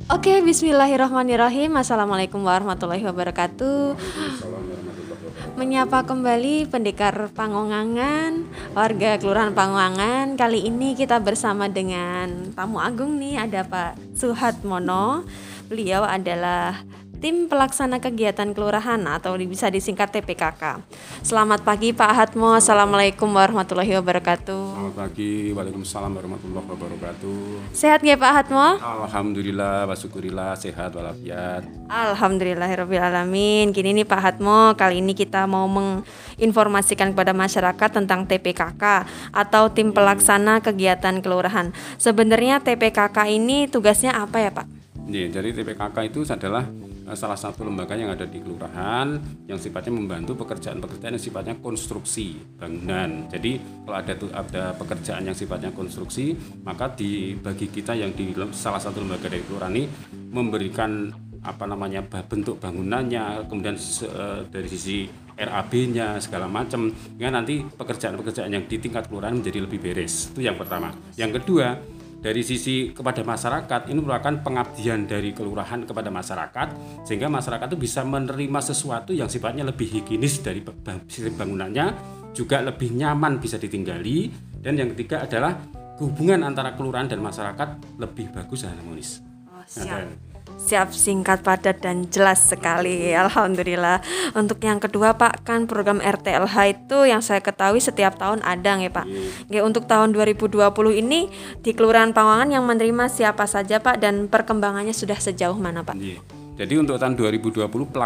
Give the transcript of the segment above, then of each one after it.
Oke, bismillahirrahmanirrahim. Assalamualaikum warahmatullahi wabarakatuh. Menyapa kembali pendekar Pangongangan, warga Kelurahan Pangongangan. Kali ini kita bersama dengan tamu agung nih, ada Pak Suhatmono. Beliau adalah tim pelaksana kegiatan kelurahan atau bisa disingkat TPKK. Selamat pagi Pak Hatmo. Assalamualaikum warahmatullahi wabarakatuh. Selamat pagi, waalaikumsalam warahmatullahi wabarakatuh. Sehat nggih Pak Hatmo? Alhamdulillah, wasyukurillah, sehat walafiat. Alhamdulillahirrabbilalamin. Gini nih Pak Hatmo, kali ini kita mau menginformasikan kepada masyarakat tentang TPKK atau tim pelaksana kegiatan kelurahan. Sebenarnya TPKK ini tugasnya apa ya Pak? Jadi TPKK itu adalah salah satu lembaga yang ada di kelurahan yang sifatnya membantu pekerjaan-pekerjaan yang sifatnya konstruksi bangunan. Jadi kalau ada pekerjaan yang sifatnya konstruksi, maka bagi kita yang di salah satu lembaga dari kelurahan ini memberikan bentuk bangunannya, kemudian dari sisi RAB-nya segala macam, ya nanti pekerjaan-pekerjaan yang di tingkat kelurahan menjadi lebih beres. Itu yang pertama. Yang kedua, dari sisi kepada masyarakat, ini merupakan pengabdian dari kelurahan kepada masyarakat, sehingga masyarakat itu bisa menerima sesuatu yang sifatnya lebih higienis dari sistem bangunannya, juga lebih nyaman bisa ditinggali, dan yang ketiga adalah hubungan antara kelurahan dan masyarakat lebih bagus dan harmonis. Siap, singkat, padat, dan jelas sekali. Alhamdulillah. Untuk yang kedua Pak, kan program RTLH itu yang saya ketahui setiap tahun ada ya Pak. Untuk tahun 2020 ini di Kelurahan Pangongangan yang menerima siapa saja Pak, dan perkembangannya sudah sejauh mana Pak? Jadi untuk tahun 2020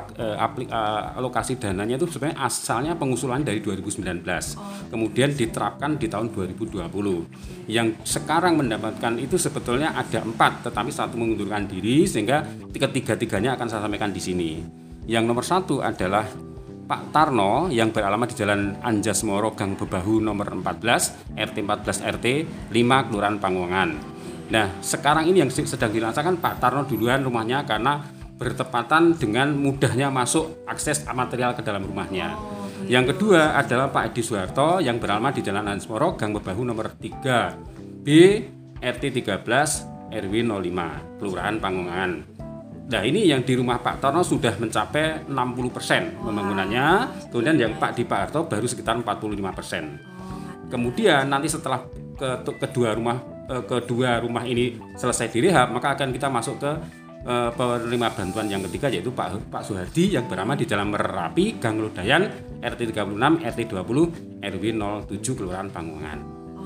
alokasi dananya itu sebenarnya asalnya pengusulan dari 2019, kemudian diterapkan di tahun 2020. Yang sekarang mendapatkan itu sebetulnya ada 4, tetapi 1 mengundurkan diri, sehingga ketiga-tiganya akan saya sampaikan di sini. Yang nomor 1 adalah Pak Tarno yang beralamat di Jalan Anjas Moro Gang Bebahu nomor 14 RT 14 RT 5 Kelurahan Pangongangan. Nah sekarang ini yang sedang dirasakan Pak Tarno duluan rumahnya karena bertepatan dengan mudahnya masuk akses material ke dalam rumahnya. Yang kedua adalah Pak Edi Suharto yang beralamat di Jalan Anjas Moro Gang Bebahu nomor 3 B RT 13 RW 05 Kelurahan Pangongangan. Nah ini yang di rumah Pak Tarno sudah mencapai 60% pembangunannya, kemudian yang Pak Harto baru sekitar 45%. Kemudian nanti setelah kedua rumah ini selesai direhab, maka akan kita masuk ke penerima bantuan yang ketiga, yaitu Pak Suhardi yang beralamat di Jalan Merapi Gang Lodayan RT 36 RT 20 RW 07 Kelurahan Pangongangan.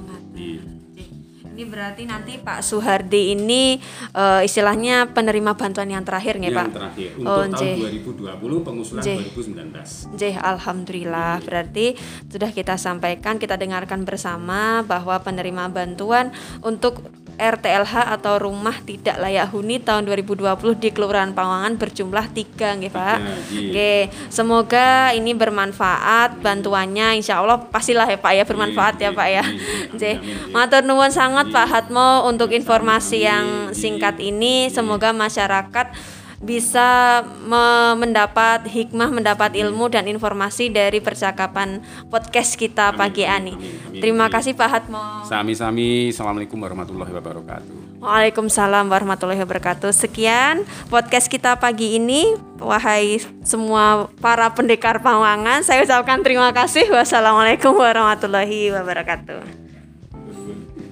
Ini berarti nanti Pak Suhardi ini istilahnya penerima bantuan yang terakhir nggih Pak? Yang terakhir untuk tahun 2020 pengusulan 2019. Alhamdulillah. Berarti sudah kita sampaikan, kita dengarkan bersama bahwa penerima bantuan untuk RTLH atau rumah tidak layak huni tahun 2020 di Kelurahan Pangongangan berjumlah 3 nggih Pak. Oke, semoga ini bermanfaat bantuannya, insya Allah pastilah ya Pak ya, bermanfaat ya Pak ya. Matur nuwun sangat Pak Hatmo untuk informasi yang singkat ini. Semoga masyarakat bisa mendapat hikmah, mendapat ilmu dan informasi dari percakapan podcast kita pagi ini. Terima kasih Pak Hatmo. Sami-sami. Assalamualaikum warahmatullahi wabarakatuh. Waalaikumsalam warahmatullahi wabarakatuh. Sekian podcast kita pagi ini. Wahai semua para pendekar Pangongangan, saya ucapkan terima kasih. Wassalamualaikum warahmatullahi wabarakatuh.